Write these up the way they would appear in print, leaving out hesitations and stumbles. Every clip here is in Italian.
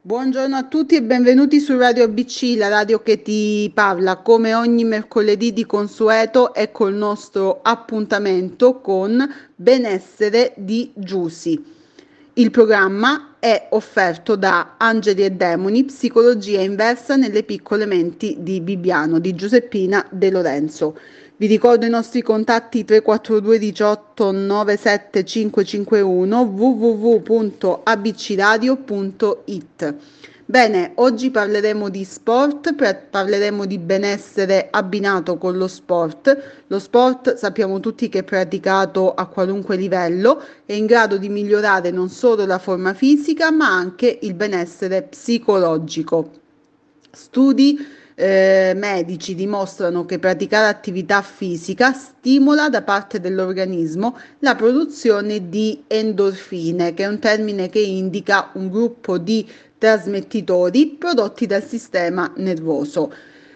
Buongiorno a tutti e benvenuti su Radio ABC, la radio che ti parla. Come ogni mercoledì di consueto, ecco il nostro appuntamento con Benessere di Giusy. Il programma è offerto da Angeli e Demoni, psicologia inversa nelle piccole menti di Bibbiano, di Giuseppina De Lorenzo. Vi ricordo i nostri contatti 342 18 97 551 www.abcradio.it. Bene, oggi parleremo di sport, parleremo di benessere abbinato con lo sport. Lo sport sappiamo tutti che è praticato a qualunque livello, è in grado di migliorare non solo la forma fisica ma anche il benessere psicologico. Studi medici dimostrano che praticare attività fisica stimola da parte dell'organismo la produzione di endorfine, che è un termine che indica un gruppo di trasmettitori prodotti dal sistema nervoso.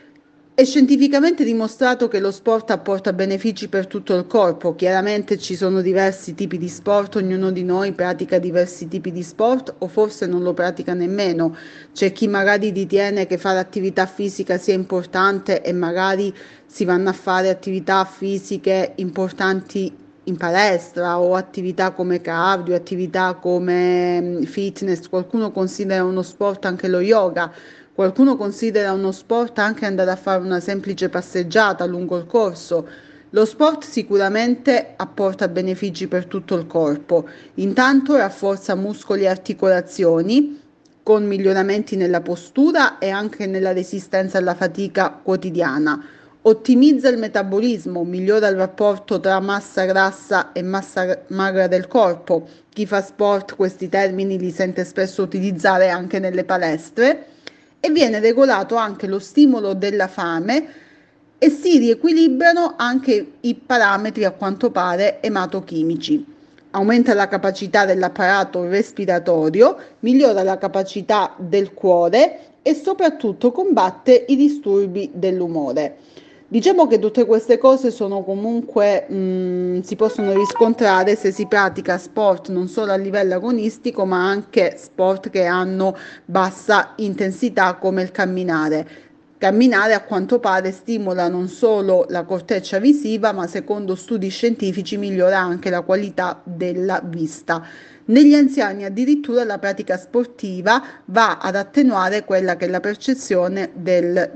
È scientificamente dimostrato che lo sport apporta benefici per tutto il corpo. Chiaramente ci sono diversi tipi di sport, ognuno di noi pratica diversi tipi di sport o forse non lo pratica nemmeno. C'è chi magari ritiene che fare attività fisica sia importante e magari si vanno a fare attività fisiche importanti in palestra o attività come cardio, attività come fitness. Qualcuno considera uno sport anche lo yoga. Qualcuno considera uno sport anche andare a fare una semplice passeggiata lungo il corso. Lo sport sicuramente apporta benefici per tutto il corpo. Intanto rafforza muscoli e articolazioni con miglioramenti nella postura e anche nella resistenza alla fatica quotidiana. Ottimizza il metabolismo, migliora il rapporto tra massa grassa e massa magra del corpo. Chi fa sport questi termini li sente spesso utilizzare anche nelle palestre. E viene regolato anche lo stimolo della fame e si riequilibrano anche i parametri, a quanto pare, ematochimici. Aumenta la capacità dell'apparato respiratorio, migliora la capacità del cuore e soprattutto combatte i disturbi dell'umore. Diciamo che tutte queste cose sono comunque si possono riscontrare se si pratica sport non solo a livello agonistico ma anche sport che hanno bassa intensità come il camminare. Camminare a quanto pare stimola non solo la corteccia visiva ma secondo studi scientifici migliora anche la qualità della vista. Negli anziani addirittura la pratica sportiva va ad attenuare quella che è la percezione del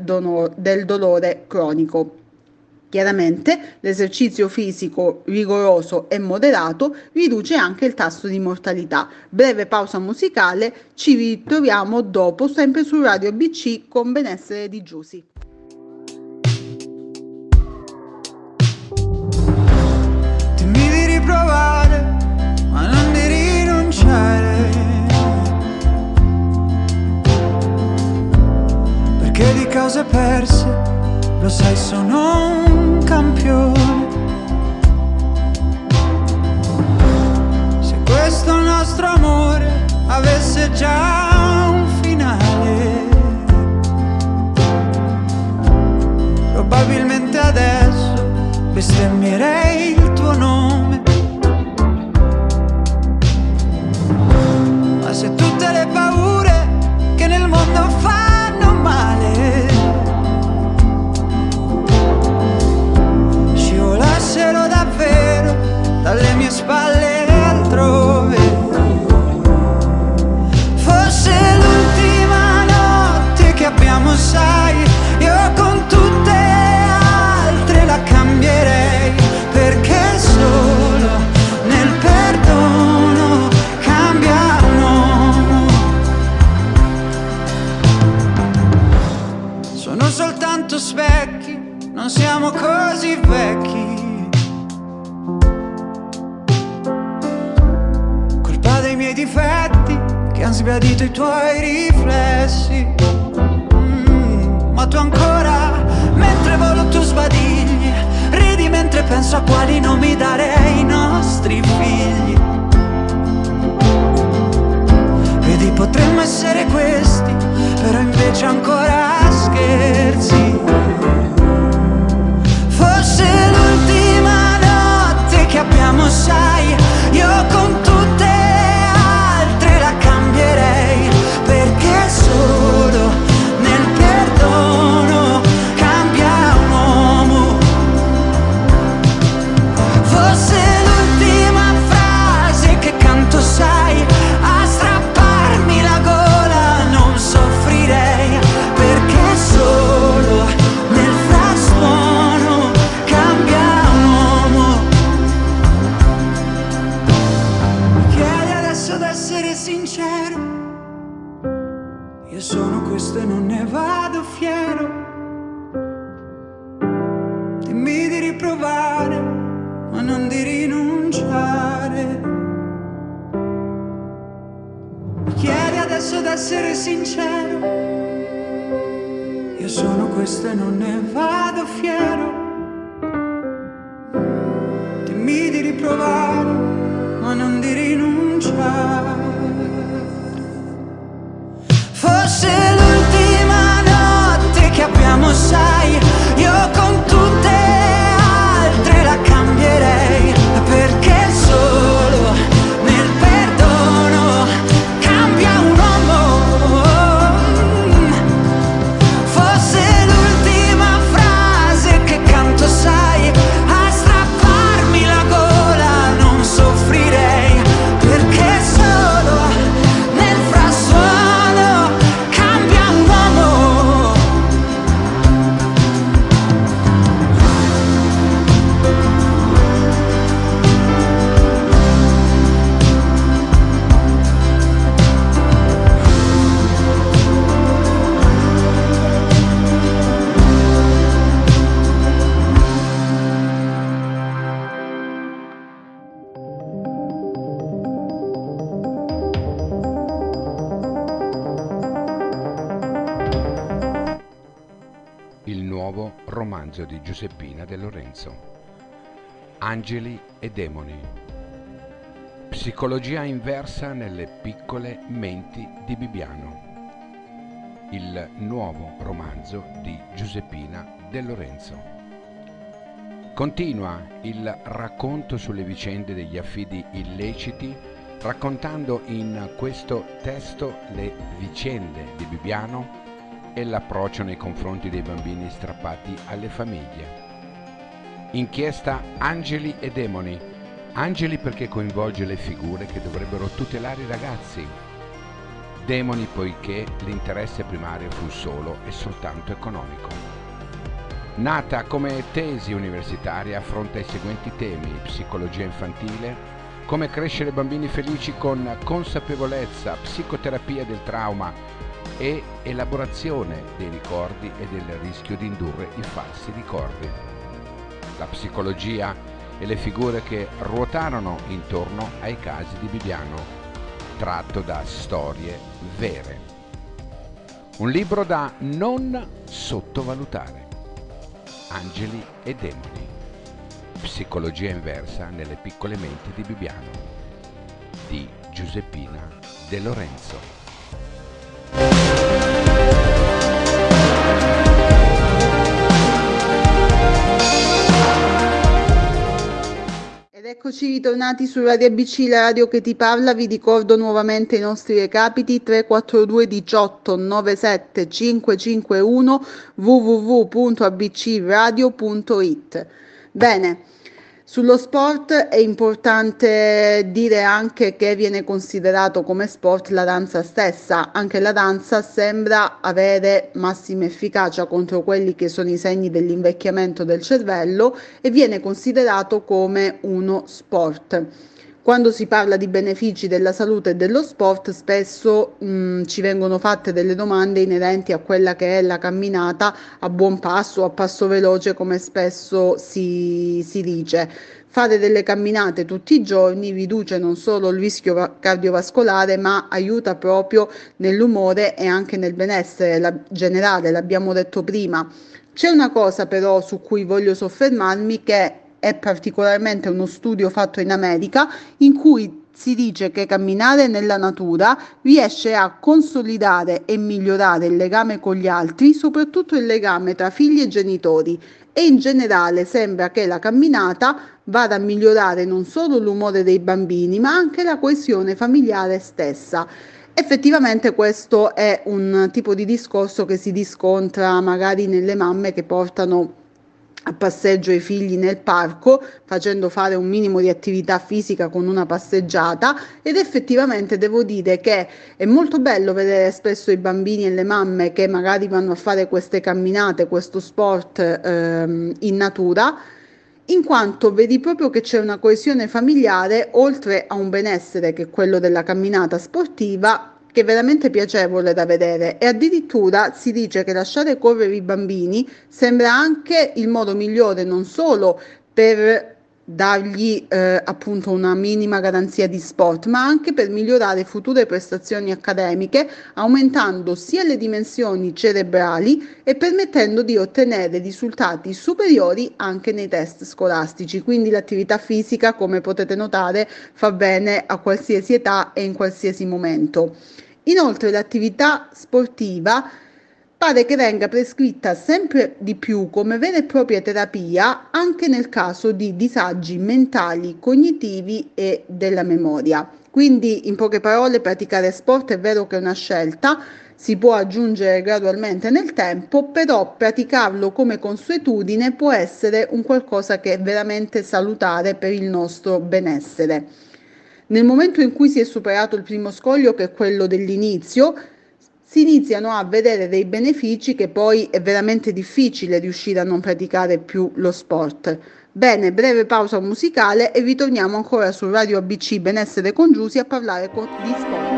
dolore cronico. Chiaramente l'esercizio fisico rigoroso e moderato riduce anche il tasso di mortalità. Breve pausa musicale, ci ritroviamo dopo sempre su Radio ABC con Benessere di Giusy. Dimmi di riprovare, ma non di rinunciare, perché di cose perse, lo sai, sono un campione. Se questo nostro amore avesse già un finale, probabilmente adesso bestemmierei il tuo nome. Ma se tutte le paure che nel mondo fanno male scivolassero davvero dalle mie spalle altrove, fosse l'ultima notte che abbiamo, sai, io con tutte altre la cambierei, perché solo nel perdono cambia un uomo. Sono soltanto specchi, non siamo così vecchi. Colpa dei miei difetti che han sbiadito i tuoi riflessi. Ma tu ancora, mentre volo tu sbadigli, ridi mentre penso a quali nomi dare ai nostri figli. Vedi, potremmo essere questi, però invece ancora scherzi. Fosse l'ultima notte che abbiamo, sai, io con tutte altre la cambierei, perché Io sono questo e non ne vado fiero. Dimmi di riprovare, ma non di rinunciare. Mi chiedi adesso d'essere sincero. Io sono questo e non ne vado fiero. Dimmi di riprovare, ma non di rinunciare. Forse l'ultima notte che abbiamo, sai, io con tutte le altre la cambierei, perché solo nel perdono cambia un uomo. Forse l'ultima frase che canto, sai, a strapparmi la gola non soffrirei, perché solo nel frastuono cambia un uomo. Il nuovo romanzo di Giuseppina De Lorenzo. Angeli e demoni. Psicologia inversa nelle piccole menti di Bibbiano. Il nuovo romanzo di Giuseppina De Lorenzo. Continua il racconto sulle vicende degli affidi illeciti, raccontando in questo testo le vicende di Bibbiano e l'approccio nei confronti dei bambini strappati alle famiglie. Inchiesta Angeli e demoni. Angeli perché coinvolge le figure che dovrebbero tutelare i ragazzi. Demoni poiché l'interesse primario fu solo e soltanto economico. Nata come tesi universitaria, affronta i seguenti temi: psicologia infantile, come crescere bambini felici con consapevolezza, psicoterapia del trauma e elaborazione dei ricordi e del rischio di indurre i falsi ricordi. La psicologia e le figure che ruotarono intorno ai casi di Bibbiano, tratto da storie vere. Un libro da non sottovalutare. Angeli e demoni. Psicologia inversa nelle piccole menti di Bibbiano, di Giuseppina De Lorenzo. Ed eccoci ritornati su Radio ABC, la radio che ti parla. Vi ricordo nuovamente i nostri recapiti: 342 18 97 551 www.abcradio.it. Bene, sullo sport è importante dire anche che viene considerato come sport la danza stessa. Anche la danza sembra avere massima efficacia contro quelli che sono i segni dell'invecchiamento del cervello e viene considerato come uno sport. Quando si parla di benefici della salute e dello sport, spesso ci vengono fatte delle domande inerenti a quella che è la camminata a buon passo, a passo veloce, come spesso si dice. Fare delle camminate tutti i giorni riduce non solo il rischio cardiovascolare, ma aiuta proprio nell'umore e anche nel benessere generale, l'abbiamo detto prima. C'è una cosa però su cui voglio soffermarmi, che è particolarmente uno studio fatto in America, in cui si dice che camminare nella natura riesce a consolidare e migliorare il legame con gli altri, soprattutto il legame tra figli e genitori, e in generale sembra che la camminata vada a migliorare non solo l'umore dei bambini, ma anche la coesione familiare stessa. Effettivamente questo è un tipo di discorso che si riscontra magari nelle mamme che portano a passeggio i figli nel parco, facendo fare un minimo di attività fisica con una passeggiata, ed effettivamente devo dire che è molto bello vedere spesso i bambini e le mamme che magari vanno a fare queste camminate, questo sport in natura, in quanto vedi proprio che c'è una coesione familiare, oltre a un benessere che è quello della camminata sportiva, che è veramente piacevole da vedere, e addirittura si dice che lasciare correre i bambini sembra anche il modo migliore non solo per dargli appunto una minima garanzia di sport, ma anche per migliorare future prestazioni accademiche, aumentando sia le dimensioni cerebrali e permettendo di ottenere risultati superiori anche nei test scolastici. Quindi l'attività fisica, come potete notare, fa bene a qualsiasi età e in qualsiasi momento. Inoltre l'attività sportiva pare che venga prescritta sempre di più come vera e propria terapia anche nel caso di disagi mentali, cognitivi e della memoria. Quindi, in poche parole, praticare sport è vero che è una scelta, si può aggiungere gradualmente nel tempo, però praticarlo come consuetudine può essere un qualcosa che è veramente salutare per il nostro benessere. Nel momento in cui si è superato il primo scoglio, che è quello dell'inizio, si iniziano a vedere dei benefici che poi è veramente difficile riuscire a non praticare più lo sport. Bene, breve pausa musicale e ritorniamo ancora su Radio ABC Benessere con Giusy a parlare di sport.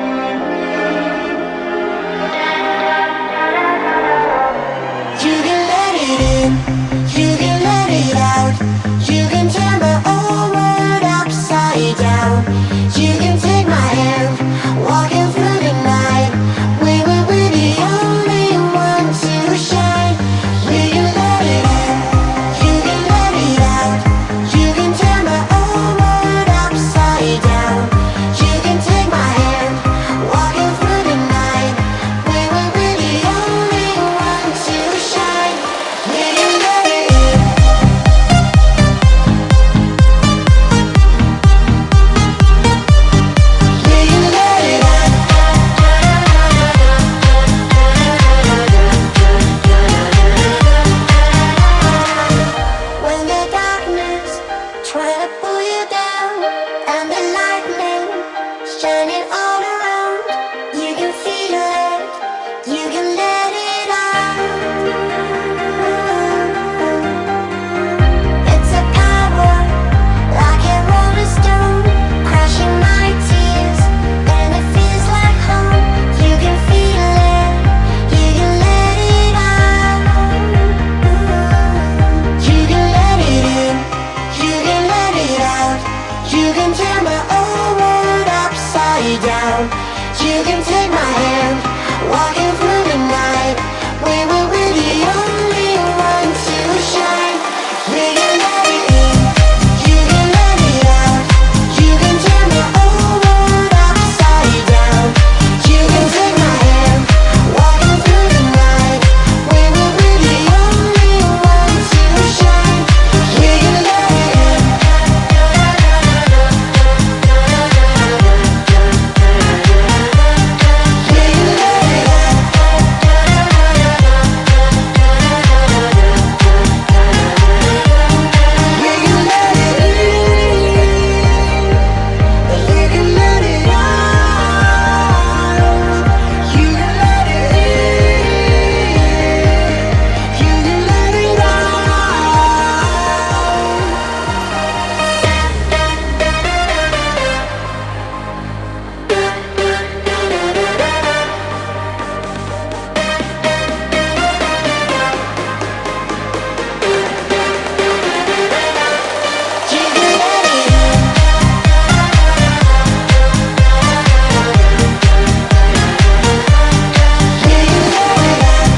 You can let it in, you can let it out, you can turn my whole world upside down. You can take my hand, walking through the night. We will be the only one to shine. We can let it in, you can let it out, you can turn my whole world upside down. You can take my hand, walking through the night. We will be the only one to shine. We can let it in. We can let it out. When the darkness try to pull you down and the lightning shining all around, you can feel it, you can let it out. It's a power like a rolling stone, crushing my tears, and it feels like home. You can feel it, you can let it out. You can let it in, you can let it out. You can turn my whole world upside down. You can take my hand, walking through the night. We will be the only one to shine. We can let it in, you can let it out. You can turn my whole world upside down. You can take my hand, walking through the night. We will be the only one to shine. We can let it in. We can let it out. We can let it in. You can let it out. You can let it in. You can let it out. You can let it in. You can let it out.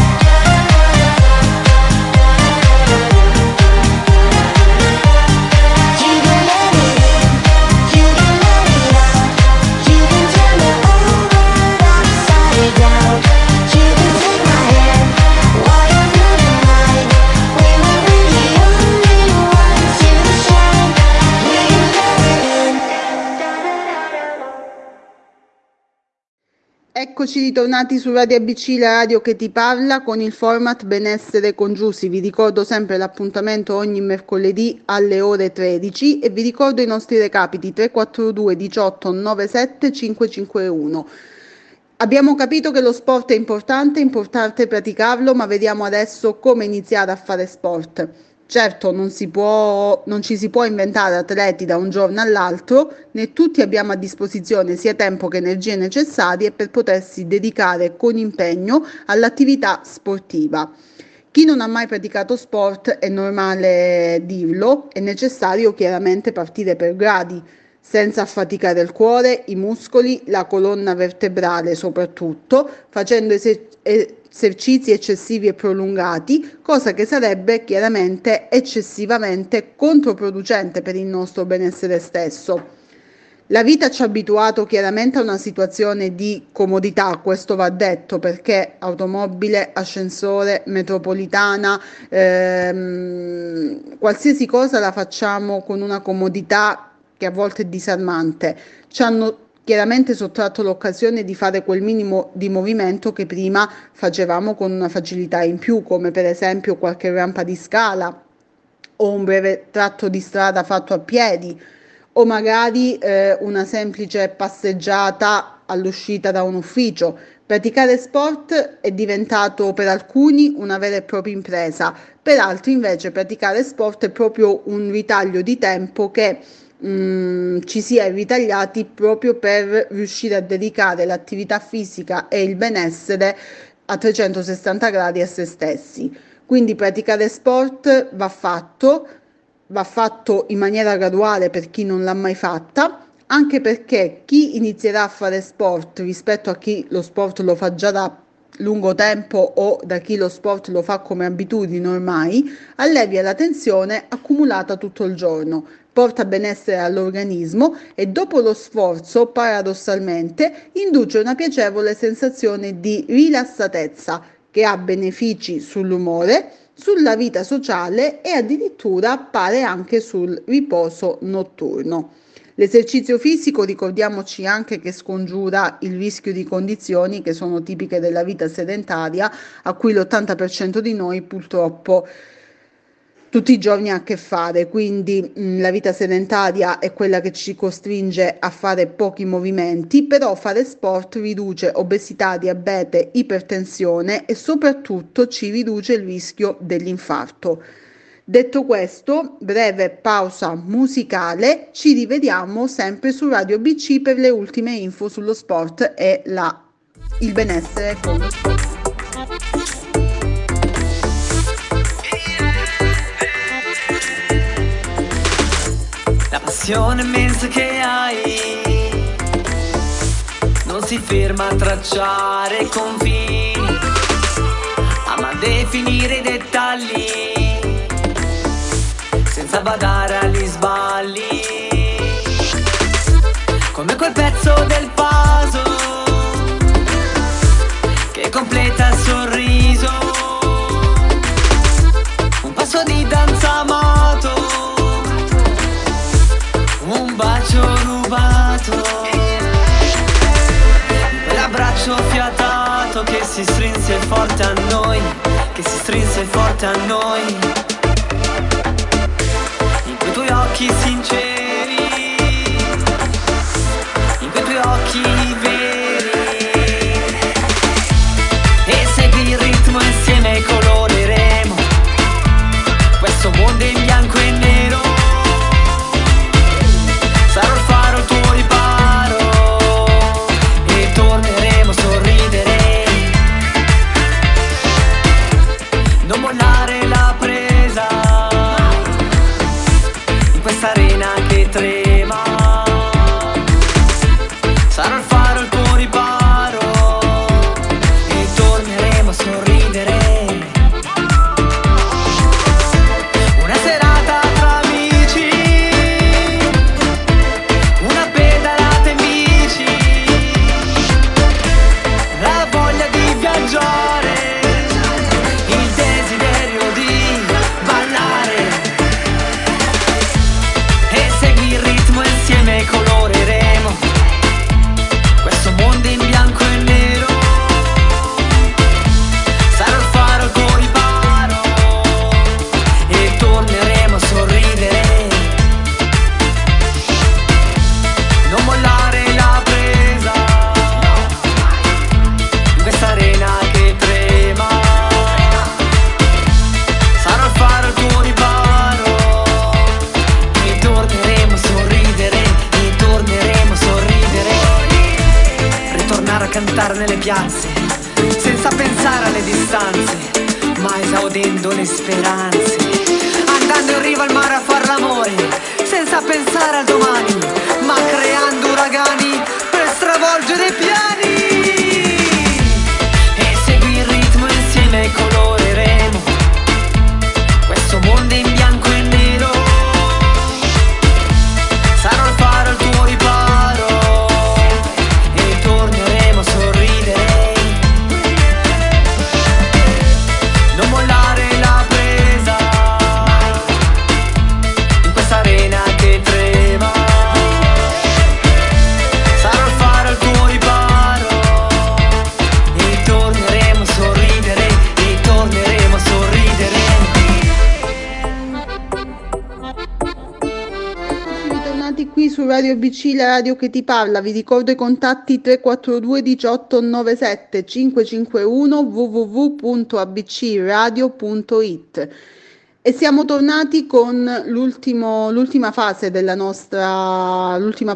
You can let it in. You can let it out. You can turn the whole world upside down. You can take my hand, walking through the night. We will be the only one to shine. We can let it in. Eccoci ritornati su Radio ABC, la radio che ti parla, con il format Benessere con Giusy. Vi ricordo sempre l'appuntamento ogni mercoledì alle ore 13 e vi ricordo i nostri recapiti 342 18 97 551. Abbiamo capito che lo sport è importante praticarlo, ma vediamo adesso come iniziare a fare sport. Certo, non ci si può inventare atleti da un giorno all'altro, né tutti abbiamo a disposizione sia tempo che energie necessarie per potersi dedicare con impegno all'attività sportiva. Chi non ha mai praticato sport, è normale dirlo, è necessario chiaramente partire per gradi, senza affaticare il cuore, i muscoli, la colonna vertebrale soprattutto, facendo esercizi eccessivi e prolungati, cosa che sarebbe chiaramente eccessivamente controproducente per il nostro benessere stesso. La vita ci ha abituato chiaramente a una situazione di comodità, questo va detto, perché automobile, ascensore, metropolitana, qualsiasi cosa la facciamo con una comodità che a volte è disarmante. Ci hanno chiaramente sottratto l'occasione di fare quel minimo di movimento che prima facevamo con una facilità in più, come per esempio qualche rampa di scala o un breve tratto di strada fatto a piedi, o magari una semplice passeggiata all'uscita da un ufficio. Praticare sport è diventato per alcuni una vera e propria impresa, per altri invece praticare sport è proprio un ritaglio di tempo che ci si è ritagliati proprio per riuscire a dedicare l'attività fisica e il benessere a 360 gradi a se stessi. Quindi praticare sport va fatto in maniera graduale per chi non l'ha mai fatta, anche perché chi inizierà a fare sport rispetto a chi lo sport lo fa già da lungo tempo o da chi lo sport lo fa come abitudine ormai, allevia la tensione accumulata tutto il giorno, porta benessere all'organismo e dopo lo sforzo, paradossalmente, induce una piacevole sensazione di rilassatezza che ha benefici sull'umore, sulla vita sociale e addirittura appare anche sul riposo notturno. L'esercizio fisico, ricordiamoci anche che scongiura il rischio di condizioni che sono tipiche della vita sedentaria, a cui l'80% di noi purtroppo tutti i giorni ha a che fare, quindi la vita sedentaria è quella che ci costringe a fare pochi movimenti, però fare sport riduce obesità, diabete, ipertensione e soprattutto ci riduce il rischio dell'infarto. Detto questo, breve pausa musicale, ci rivediamo sempre su Radio BC per le ultime info sullo sport e il benessere con lo sport. La passione immensa che hai non si ferma a tracciare confini, ama definire i dettagli senza badare agli sbagli, come quel pezzo del puzzle che completa il sorriso, un passo di danza amato, un bacio rubato, quell'abbraccio fiatato che si strinse forte a noi, che si strinse forte a noi, in quei tuoi occhi sinceri, in quei tuoi occhi veri, e segui il ritmo insieme coloreremo questo mondo in bianco e nero. Sarò il faro, il tuo riparo, e torneremo a sorridere. Non mollare la presa in questa arena che trema. Sarò il faro. vacanze, senza pensare alle distanze, ma esaudendo le speranze, andando in riva al mare a far l'amore, senza pensare al domani, ma creando uragani per stravolgere i piani. E segui il ritmo insieme coloreremo questo mondo in bianco e nero. Sarò il faro al tuo riparo e torneremo a sorridere. Non mollare la presa in questa arena che trema. Sarò il faro al tuo riparo e torneremo a sorridere, e torneremo a sorridere. Ritornati qui su Radio BC, la radio che ti parla. Vi ricordo i contatti: 342 18 97 551 www.abcradio.it. E siamo tornati con l'ultima parte della nostra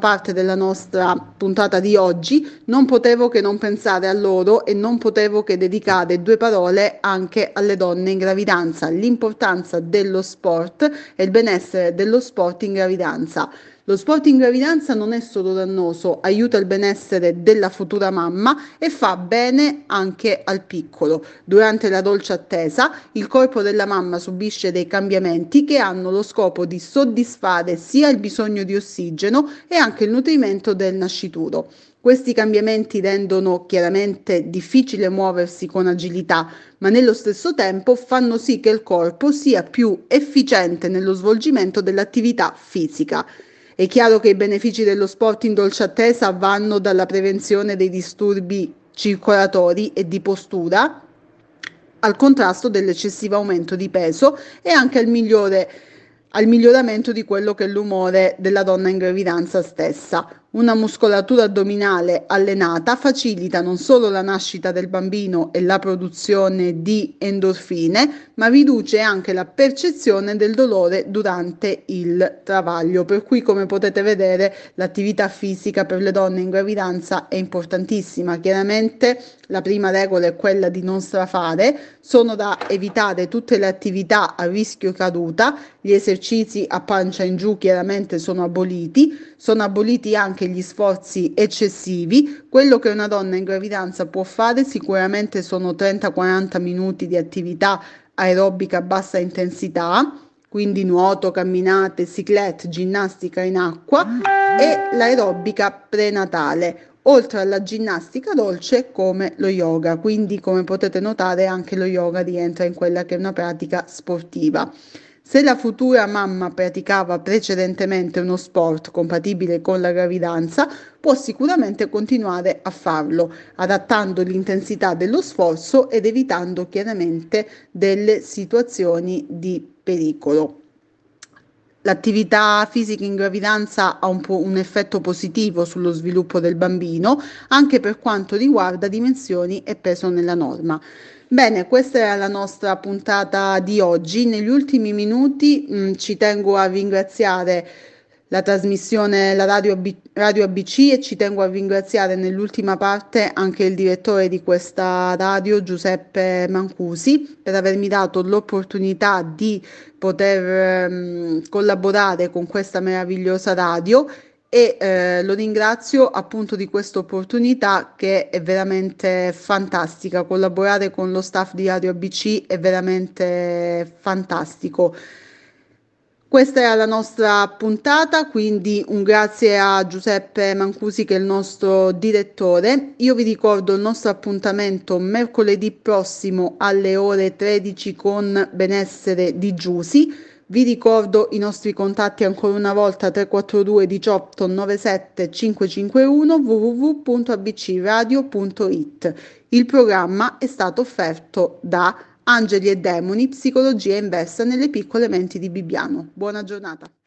puntata di oggi. Non potevo che non pensare a loro e non potevo che dedicare due parole anche alle donne in gravidanza, l'importanza dello sport e il benessere dello sport in gravidanza. Lo sport in gravidanza non è solo dannoso, aiuta il benessere della futura mamma e fa bene anche al piccolo. Durante la dolce attesa, il corpo della mamma subisce dei cambiamenti che hanno lo scopo di soddisfare sia il bisogno di ossigeno e anche il nutrimento del nascituro. Questi cambiamenti rendono chiaramente difficile muoversi con agilità, ma nello stesso tempo fanno sì che il corpo sia più efficiente nello svolgimento dell'attività fisica. È chiaro che i benefici dello sport in dolce attesa vanno dalla prevenzione dei disturbi circolatori e di postura, al contrasto dell'eccessivo aumento di peso e anche al miglioramento di quello che è l'umore della donna in gravidanza stessa. Una muscolatura addominale allenata facilita non solo la nascita del bambino e la produzione di endorfine, ma riduce anche la percezione del dolore durante il travaglio. Per cui, come potete vedere, l'attività fisica per le donne in gravidanza è importantissima. Chiaramente la prima regola è quella di non strafare, sono da evitare tutte le attività a rischio caduta, gli esercizi a pancia in giù chiaramente sono aboliti anche gli sforzi eccessivi. Quello che una donna in gravidanza può fare sicuramente sono 30-40 minuti di attività aerobica a bassa intensità, quindi nuoto, camminate, cyclette, ginnastica in acqua e l'aerobica prenatale, oltre alla ginnastica dolce come lo yoga. Quindi, come potete notare, anche lo yoga rientra in quella che è una pratica sportiva. Se la futura mamma praticava precedentemente uno sport compatibile con la gravidanza, può sicuramente continuare a farlo, adattando l'intensità dello sforzo ed evitando chiaramente delle situazioni di pericolo. L'attività fisica in gravidanza ha un effetto positivo sullo sviluppo del bambino, anche per quanto riguarda dimensioni e peso nella norma. Bene, questa era la nostra puntata di oggi. Negli ultimi minuti ci tengo a ringraziare la trasmissione, la Radio ABC, e ci tengo a ringraziare nell'ultima parte anche il direttore di questa radio, Giuseppe Mancusi, per avermi dato l'opportunità di poter collaborare con questa meravigliosa radio. E lo ringrazio appunto di questa opportunità, che è veramente fantastica. Collaborare con lo staff di Radio ABC è veramente fantastico. Questa era la nostra puntata, quindi un grazie a Giuseppe Mancusi, che è il nostro direttore. Io vi ricordo il nostro appuntamento mercoledì prossimo alle ore 13 con Benessere di Giusy. Vi ricordo i nostri contatti ancora una volta: 342 18 97 551 www.abcradio.it. Il programma è stato offerto da Angeli e Demoni, psicologia inversa nelle piccole menti di Bibbiano. Buona giornata.